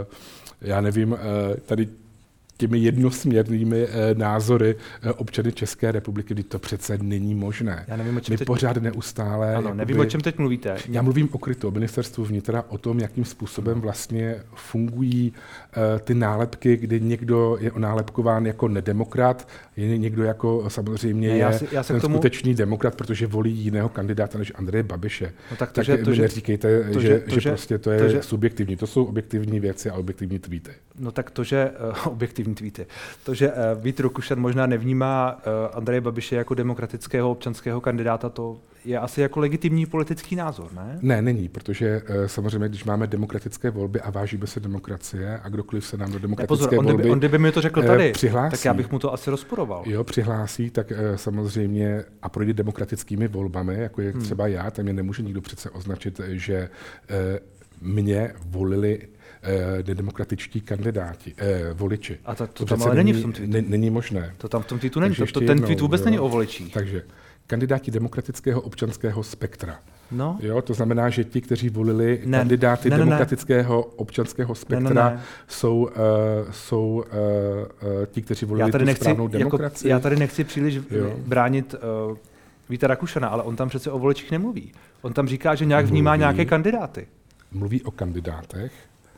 já nevím, tady těmi jednosměrnými eh, názory eh, občany České republiky, kdy to přece není možné. Já nevím, o čem My teď... pořád neustále... Ano, nevím, jakoby... o čem teď mluvíte. Já mluvím o krytu, o ministerstvu vnitra, o tom, jakým způsobem vlastně fungují eh, ty nálepky, kdy někdo je onálepkován jako nedemokrat, je někdo jako samozřejmě ne, já si, já ten tomu... skutečný demokrat, protože volí jiného kandidáta než Andreje Babiše. No tak to, tak že, to, mi že, neříkejte, to, že, to, že prostě to je to, že... subjektivní. To jsou objektivní věci a objektivní tweety. No tak to, že uh, objektivní tweety. To, že uh, Vít Rakušan možná nevnímá uh, Andreje Babiše jako demokratického občanského kandidáta, to je asi jako legitimní politický názor, ne? Ne, není, protože uh, samozřejmě, když máme demokratické volby a vážíme se demokracie a kdokoliv se nám do demokratické ne, pozor, on volby kdyby, on kdyby mi to řekl tady, přihlásí, tak já bych mu to asi rozporoval. Jo, přihlásí, tak uh, samozřejmě a projde demokratickými volbami, jako je hmm. třeba já, tam mě nemůže nikdo přece označit, že uh, mě volili nedemokratičtí kandidáti, eh, voliči. A to, to, to tam ale není v tom tweetu. Ne, není možné. To tam v tom tweetu není. To, to, ten tweet vůbec jo. není o voličích. Takže kandidáti demokratického občanského spektra. No. Jo, to znamená, že ti, kteří volili ne, kandidáty ne, ne, demokratického ne. občanského spektra, ne, ne, ne. jsou, uh, jsou uh, ti, kteří volili tu nechci, správnou demokracii. Jako, já tady nechci příliš jo. bránit uh, Víta Rakušana, ale on tam přece o voličích nemluví. On tam říká, že nějak vnímá mluví, nějaké kandidáty. Mluví o kandidátech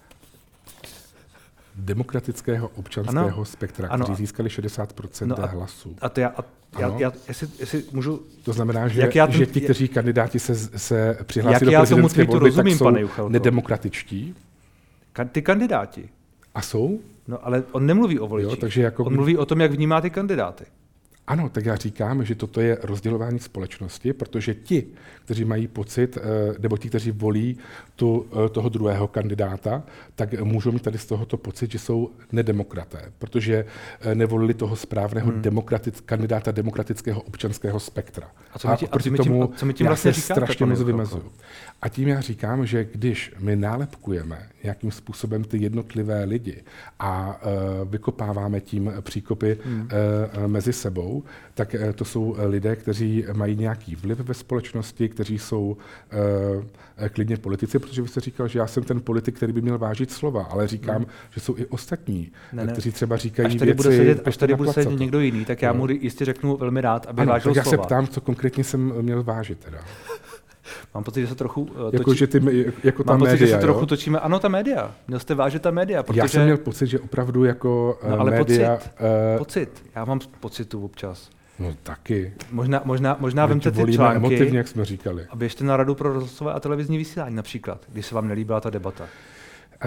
demokratického občanského ano, spektra, ano, kteří získali šedesát procent no hlasů. A to já, a já, já jestli, jestli můžu... To znamená, že, já ten, že ti, kteří kandidáti se, se přihlásí do prezidentské volby, rozumím, tak jsou nedemokratičtí. Ka- ty kandidáti. A jsou? No ale on nemluví o voličích. Jo, takže jako... On mluví o tom, jak vnímá ty kandidáty. Ano, tak já říkám, že toto je rozdělování společnosti, protože ti, kteří mají pocit, nebo ti, kteří volí tu, toho druhého kandidáta, tak můžou mít tady z tohoto pocit, že jsou nedemokraté, protože nevolili toho správného hmm. demokratic, kandidáta demokratického občanského spektra. A co mi tím, a proti a tomu co mi tím vlastně já se říkáte, strašně moc vymezuju. A tím já říkám, že když my nálepkujeme nějakým způsobem ty jednotlivé lidi a uh, vykopáváme tím příkopy hmm. uh, mezi sebou, jsou, tak to jsou lidé, kteří mají nějaký vliv ve společnosti, kteří jsou uh, klidně politici, protože vy jste říkal, že já jsem ten politik, který by měl vážit slova, ale říkám, hmm. že jsou i ostatní, ne, ne. kteří třeba říkají až tady věci... Bude sedět, až tady bude sedět někdo jiný, tak já mu jistě řeknu velmi rád, aby ano, vážil tak slova. Já se ptám, co konkrétně jsem měl vážit teda. Mám pocit, že se trochu uh, jako, točí... že ty, jako ta Mám média, pocit, že se jo? trochu točíme. Ano, ta média. Měl jste vážit ta média, protože... Já jsem měl pocit, že opravdu jako no, ale média... Pocit. Uh... pocit. Já mám pocitu občas. No taky. Možná, možná, možná vemte ty články, emotivně, jak jsme říkali. A běžte na Radu pro rozhlasové a televizní vysílání například, když se vám nelíbila ta debata. Uh,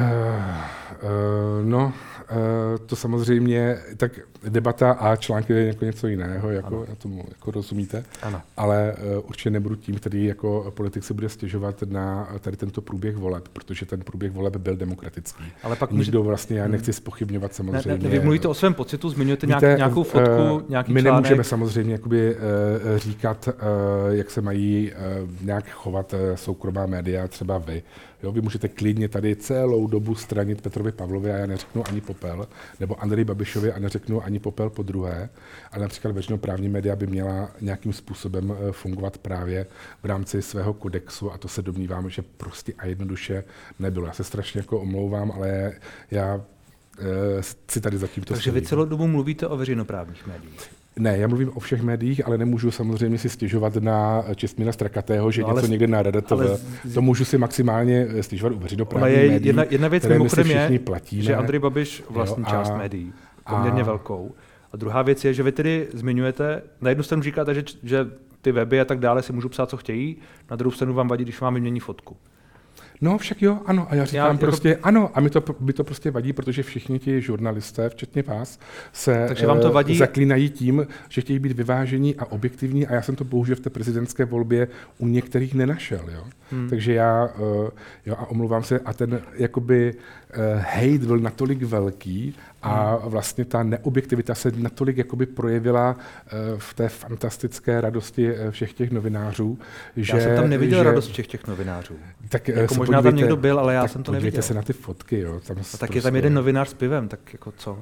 uh, no, uh, to samozřejmě, tak debata a články je jako něco jiného, jako, na tomu jako rozumíte, ano. Ale uh, určitě nebudu tím, který jako politik se bude stěžovat na tady tento průběh voleb, protože ten průběh voleb byl demokratický. Ale pak Nikdo může... vlastně, já nechci zpochybňovat samozřejmě. Ne, ne, vy mluvíte o svém pocitu, zmiňujete nějak, nějakou fotku, uh, nějaký my článek. My nemůžeme samozřejmě jakoby, uh, říkat, uh, jak se mají uh, nějak chovat uh, soukromá média, třeba vy. Jo, vy můžete klidně tady celou dobu stranit Petrovi Pavlovi a já neřeknu ani popel, nebo Andreji Babišovi a neřeknu ani popel po druhé, ale například veřejnoprávní média by měla nějakým způsobem fungovat právě v rámci svého kodexu a to se domnívám, že prostě a jednoduše nebylo. Já se strašně jako omlouvám, ale já e, si tady zatím to Takže vy celou dobu mluvíte o veřejnoprávních médiích? Ne, já mluvím o všech médiích, ale nemůžu samozřejmě si stěžovat na Čestmíra Strakatého, že no, něco ale, někde na Rada T V. Z... To můžu si maximálně stěžovat u veřejnoprávních médií, jedna, jedna věc mimochodem je, platíme, že Andrej Babiš vlastní jo, a, část médií, poměrně a, velkou. A druhá věc je, že vy tedy zmiňujete, na jednu stranu říkáte, že, že ty weby a tak dále si můžou psát, co chtějí, na druhou stranu vám vadí, když vám vymění fotku. No však jo, ano. A já říkám já, jako... prostě ano. A mi to, mi to prostě vadí, protože všichni ti žurnalisté, včetně vás, se Takže vám to vadí... zaklínají tím, že chtějí být vyvážení a objektivní a já jsem to bohužel v té prezidentské volbě u některých nenašel. Jo? Hmm. Takže já, jo, a omlouvám se, a ten jakoby hejt byl natolik velký a vlastně ta neobjektivita se natolik jakoby projevila v té fantastické radosti všech těch novinářů, že... Já jsem tam neviděl že, radost všech těch novinářů. Tak jako možná tam někdo byl, ale já tak jsem to neviděl. Podívejte se na ty fotky, jo. Tam a tak prostě... je tam jeden novinář s pivem, tak jako co?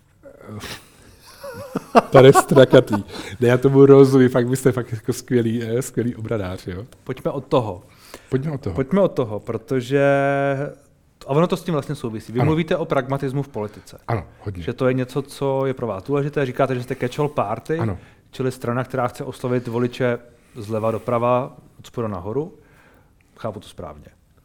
Pane Strakatý. Ne, já tomu rozumím, fakt byste fakt jako skvělý, skvělý obranář, jo. Pojďme od toho. Pojďme od toho. Pojďme od toho, protože... A ono to s tím vlastně souvisí. Vy ano. mluvíte o pragmatismu v politice. Ano, hodně. Že to je něco, co je pro vás důležité. Říkáte, že jste catch-all party, ano. čili strana, která chce oslovit voliče zleva doprava, od spoda nahoru. Chápu to správně.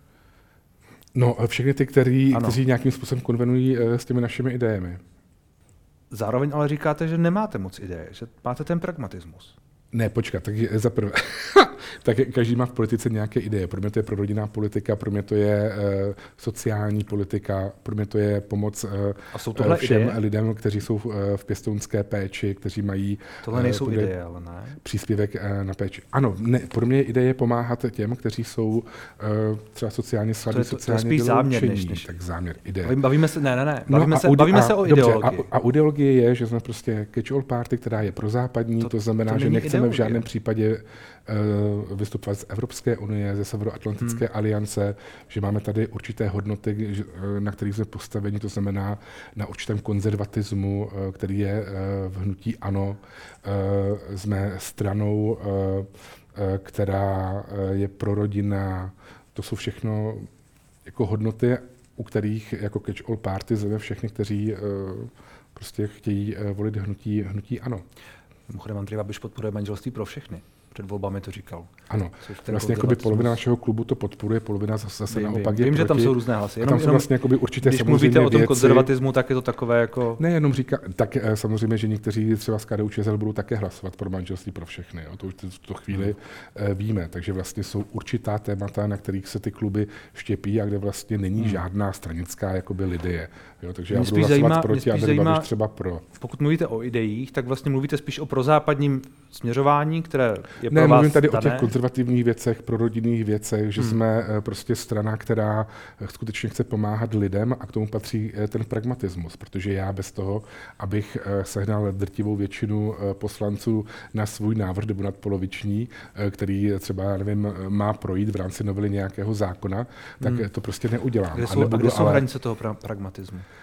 No, všechny ty, který, kteří nějakým způsobem konvenují s těmi našimi idejemi. Zároveň ale říkáte, že nemáte moc ideje, že máte ten pragmatismus. Ne, počkat, tak za prvé. Tak každý má v politice nějaké ideje. Pro mě to je prorodinná politika, pro mě to je uh, sociální politika, pro mě to je pomoc uh, A jsou tohle všem ideje? lidem, kteří jsou uh, v pěstounské péči, kteří mají tohle nejsou uh, ideje, ale ne? příspěvek uh, na péči. Ano, ne, pro mě ideje je pomáhat těm, kteří jsou uh, třeba sociálně slabí, to je, sociálně to je spíš záměr, než, než... tak záměr, ideje. Bavíme se, ne, ne, ne, bavíme, no se, bavíme a, se o dobře, ideologii. A, a ideologie je, že jsme prostě catch-all party, která je prozápadní, to, to znamená, to že nechceme ideologie. v žádném případě uh, vystupovat z Evropské unie, ze Severoatlantické hmm. aliance, že máme tady určité hodnoty, na kterých jsme postaveni, to znamená na určitém konzervatismu, který je v hnutí ANO. Jsme stranou, která je prorodinná. To jsou všechno jako hodnoty, u kterých jako catch-all party zveme všechny, kteří prostě chtějí volit hnutí, hnutí ANO. Mimochodem Andrej Babiš podporuje manželství pro všechny. Před volbami to říkal. Ano, vlastně jakoby polovina našeho klubu to podporuje, polovina zase vím, naopak vím, je vím, proti. že tam jsou různé hlasy. Jenom, tam jsou vlastně jakoby určité když samozřejmě mluvíte o tom věci, konzervatismu, tak je to takové jako... Ne, jenom říká, tak samozřejmě, že někteří třeba z K D U Č S L budou také hlasovat pro manželství pro všechny. Jo? To už v tuto chvíli hmm. víme. Takže vlastně jsou určitá témata, na kterých se ty kluby štěpí a kde vlastně není hmm. žádná stranická jakoby lidie. Jo? Takže já budu hlasovat zajímá, proti a Andrej Babiš třeba pro. Pokud mluvíte o ideích, tak vlastně mluvíte spíš o prozápadním směřování, které je pro ne, vás mluvím tady dané. O těch konzervativních věcech, prorodinných věcech, že hmm. jsme prostě strana, která skutečně chce pomáhat lidem a k tomu patří ten pragmatismus, protože já bez toho, abych sehnal drtivou většinu poslanců na svůj návrh nebo nadpoloviční, který třeba, nevím, má projít v rámci novely nějakého zákona, tak hmm. to prostě neudělám. Kde jsou, a kde jsou ale... hranice toho pra- pragmatismu?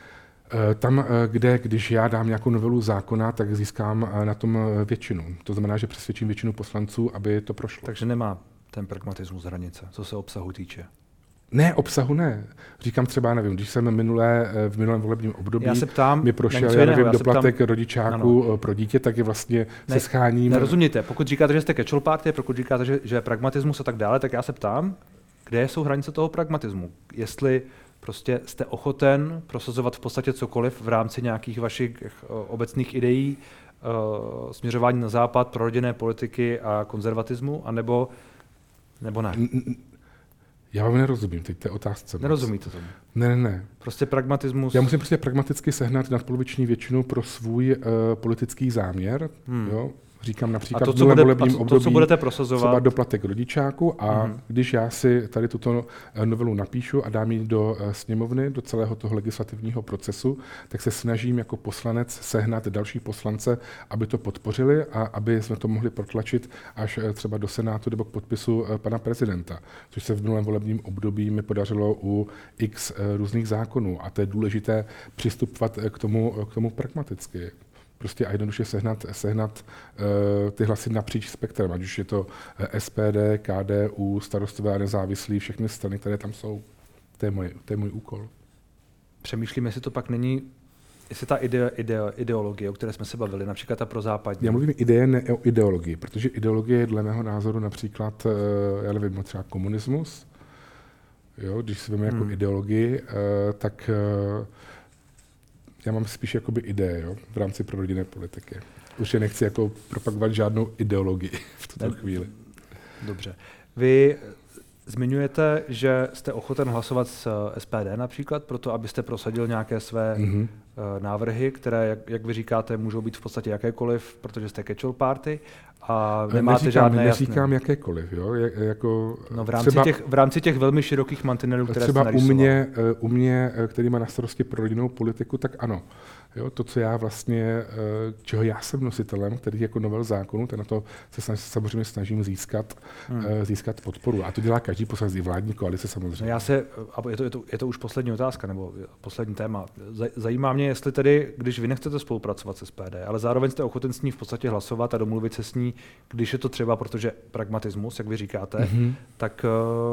Tam, kde, když já dám nějakou novelu zákona, tak získám na tom většinu. To znamená, že přesvědčím většinu poslanců, aby to prošlo. Takže nemá ten pragmatismus hranice, co se obsahu týče. Ne, obsahu ne. Říkám třeba, nevím, když jsem minulé, v minulém volebním období já se ptám, mi prošel, já nevím, doplatek ptám, rodičáku ano. pro dítě, tak je vlastně ne, se scháním. Nerozumíte, pokud říkáte, že jste catch-all party, pokud říkáte, že, že je pragmatismus a tak dále, tak já se ptám, kde jsou hranice toho pragmatismu. Jestli prostě jste ochoten prosazovat v podstatě cokoliv v rámci nějakých vašich obecných ideí, uh, směřování na západ, prorodinné politiky a konzervatismu, anebo nebo ne? Já vám nerozumím, teď té otázce. Nerozumíte tomu? Ne, ne, ne. Prostě pragmatismus... Já musím prostě pragmaticky sehnat nadpoloviční většinu pro svůj uh, politický záměr, hmm. jo. Říkám například to, v minulém volebním to, období co budete prosazovat? Třeba doplatek rodičáku a mm-hmm. když já si tady tuto novelu napíšu a dám ji do sněmovny, do celého toho legislativního procesu, tak se snažím jako poslanec sehnat další poslance, aby to podpořili a aby jsme to mohli protlačit až třeba do Senátu nebo k podpisu pana prezidenta, což se v minulém volebním období mi podařilo u x různých zákonů a to je důležité přistupovat k tomu, k tomu pragmaticky. Prostě a jednoduše sehnat, sehnat uh, ty hlasy napříč spektrem, ať už je to S P D, K D U, Starostové a nezávislí, všechny strany, které tam jsou. To je, moje, to je můj úkol. Přemýšlím, jestli to pak není, jestli ta ide, ide, ideologie, o které jsme se bavili, například ta prozápadní. Já mluvím ideje, ne o ideologii, protože ideologie je dle mého názoru například, uh, já nevím, třeba komunismus. Jo, když si vezmeme hmm. jako ideologii, uh, tak uh, já mám spíš jakoby ideje, jo, v rámci prorodinné politiky. Už je nechci jako propagovat žádnou ideologii v tuto ne, chvíli. Dobře. Vy zmiňujete, že jste ochoten hlasovat s S P D například, proto abyste prosadil nějaké své mm-hmm. uh, návrhy, které, jak, jak vy říkáte, můžou být v podstatě jakékoliv, protože jste catch-all party a nemáte neříkám, žádné jasné. Neříkám jakékoliv, jo, je, jako no v rámci, třeba, těch, v rámci těch velmi širokých mantinelů, které třeba jste u mě, u mě, který má na starosti prorodinnou politiku, tak ano. Jo, to, co já vlastně, čeho já jsem nositelem, který jako novel zákonu, tak na to se snaž, samozřejmě snažím získat, hmm. získat podporu. A to dělá každý poslanec, i vládní koalice samozřejmě. No já se, je to, je, to, je to už poslední otázka, nebo poslední téma. Zajímá mě, jestli tedy, když vy nechcete spolupracovat s S P D, ale zároveň jste ochoten s ní v podstatě hlasovat a domluvit se s ní, když je to třeba, protože pragmatismus, jak vy říkáte, mm-hmm. tak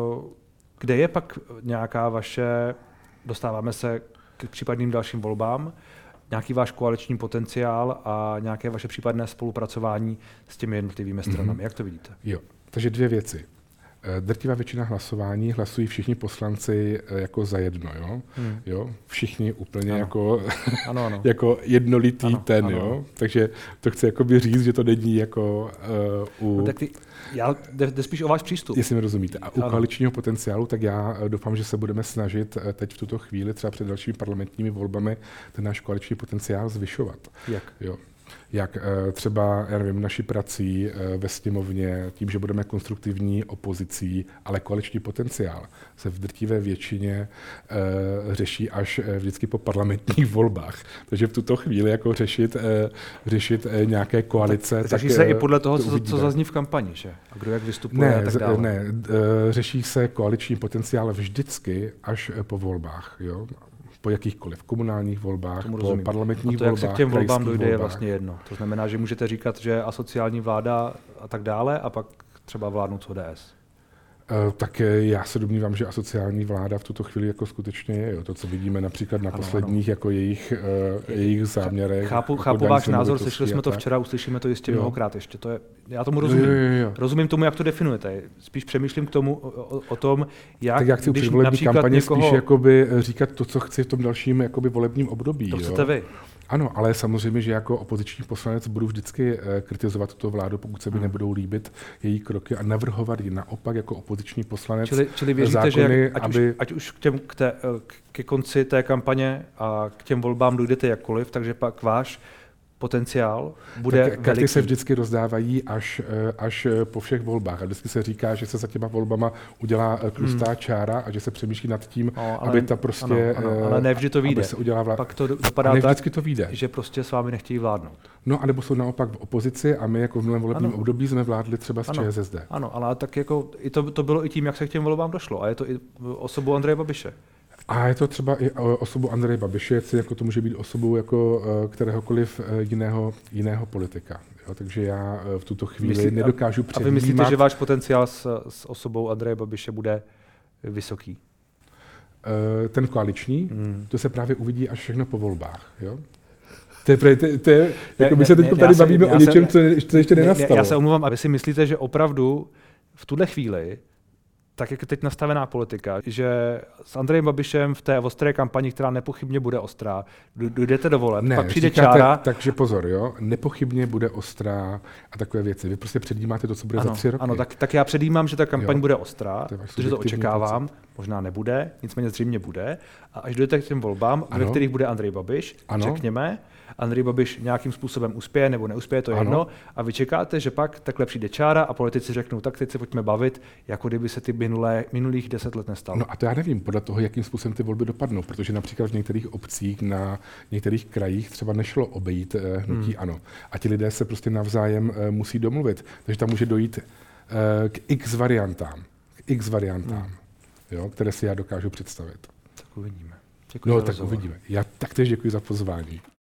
kde je pak nějaká vaše, dostáváme se k případným dalším volbám, nějaký váš koaliční potenciál a nějaké vaše případné spolupracování s těmi jednotlivými stranami. Mm-hmm. Jak to vidíte? Jo, takže dvě věci. Drtivá většina hlasování hlasují všichni poslanci jako za jedno, jo? Hmm. jo? Všichni úplně ano. jako, ano, ano. jako jednolitý ano, ten, ano. jo? Takže to chci jakoby říct, že to není jako uh, u... No, tak ty, já jde, jde spíš o váš přístup. Jestli mi rozumíte. A u ano. koaličního potenciálu, tak já doufám, že se budeme snažit teď v tuto chvíli, třeba před dalšími parlamentními volbami, ten náš koaliční potenciál zvyšovat. Jak? Jo. Jak třeba, já nevím, naší prací ve sněmovně, tím, že budeme konstruktivní opozicí, ale koaliční potenciál se v drtivé většině uh, řeší až vždycky po parlamentních volbách. Takže v tuto chvíli jako řešit, uh, řešit uh, nějaké koalice. Tak řeší tak, se uh, i podle toho, to co, co zazní v kampani, že? A kdo jak vystupuje ne, a tak dále. Ne, uh, řeší se koaliční potenciál vždycky až po volbách, jo? Po jakýchkoliv komunálních volbách, po parlamentních a to, volbách, jak se k těm volbám dojde, volbách. Je vlastně jedno. To znamená, že můžete říkat, že asociální vláda a tak dále, a pak třeba vládnout s O D S. Uh, tak já se domnívám, že asociální vláda v tuto chvíli jako skutečně je. Jo. To, co vidíme například na ano, posledních ano. jako jejich, uh, jejich záměrech. Chápu, chápu váš názor, slyšeli jsme to včera, uslyšíme to jistě jo. mnohokrát ještě. To je, já tomu rozumím. Jo, jo, jo. Rozumím tomu, jak to definujete. Spíš přemýšlím k tomu o, o tom, jak tak já chci když předvolební kampaně někoho... spíš jakoby říkat to, co chci v tom dalším jakoby volebním období. To chcete jo. vy. Ano, ale samozřejmě, že jako opoziční poslanec budu vždycky kritizovat tuto vládu, pokud se mi nebudou líbit její kroky a navrhovat ji naopak jako opoziční poslanec. Čili, čili věříte, zákony, že jak, ať, aby... už, ať už k těm, k té, ke konci té kampaně a k těm volbám dojdete jakkoliv, takže pak váš potenciál bude tak, karty se vždycky rozdávají až, až po všech volbách. A vždycky se říká, že se za těma volbama udělá tlustá hmm. čára a že se přemýšlí nad tím, no, ale, aby ta prostě... Ano, ano, ale ne vždy to vyjde. Vlá... Pak to dopadá tak, to vyjde. že prostě s vámi nechtějí vládnout. No, anebo jsou naopak v opozici a my jako v minulém volebním ano. období jsme vládli třeba s Č S S D. Ano, ale tak jako i to, to bylo i tím, jak se k těm volbám došlo. A je to i osobou Andreje Babiše. A je to třeba i osobu Andreje Babiše, jako to může být osobou jako kteréhokoliv jiného, jiného politika. Jo, takže já v tuto chvíli Myslí, nedokážu předjímat. A vy myslíte, že váš potenciál s, s osobou Andreje Babiše bude vysoký? Ten koaliční, hmm. to se právě uvidí až všechno po volbách. Jo? To je, to je, to je jako my se teď tady se, bavíme o něčem, se, co ještě nenastalo. Já se omluvám, a vy si myslíte, že opravdu v tuhle chvíli, tak jak je teď nastavená politika, že s Andrejem Babišem v té ostré kampani, která nepochybně bude ostrá, dojdete do voleb, ne, pak přijde říkáte, čára. Takže pozor, jo, nepochybně bude ostrá a takové věci. Vy prostě předjímáte to, co bude ano, za tři roky. Ano, tak, tak já předjímám, že ta kampaň jo, bude ostrá, to protože to očekávám, pocit. Možná nebude, nicméně zřejmě bude. A až dojde k těm volbám, ano, ve kterých bude Andrej Babiš, ano, řekněme, Andrej Babiš nějakým způsobem uspěje nebo neuspěje, to je jedno. A vy čekáte, že pak takhle přijde čára a politici řeknou, tak teď se pojďme bavit, jako kdyby se ty minulé, minulých deset let nestalo. No a to já nevím, podle toho, jakým způsobem ty volby dopadnou, protože například v některých obcích, na některých krajích třeba nešlo obejít eh, hnutí hmm. ANO. A ti lidé se prostě navzájem eh, musí domluvit. Takže tam může dojít eh, k x variantám, k x variantám, hmm. jo, které si já dokážu představit. Tak uvidíme. Děkuji no tak rozhovor. Uvidíme. Já taktéž děkuji za pozvání.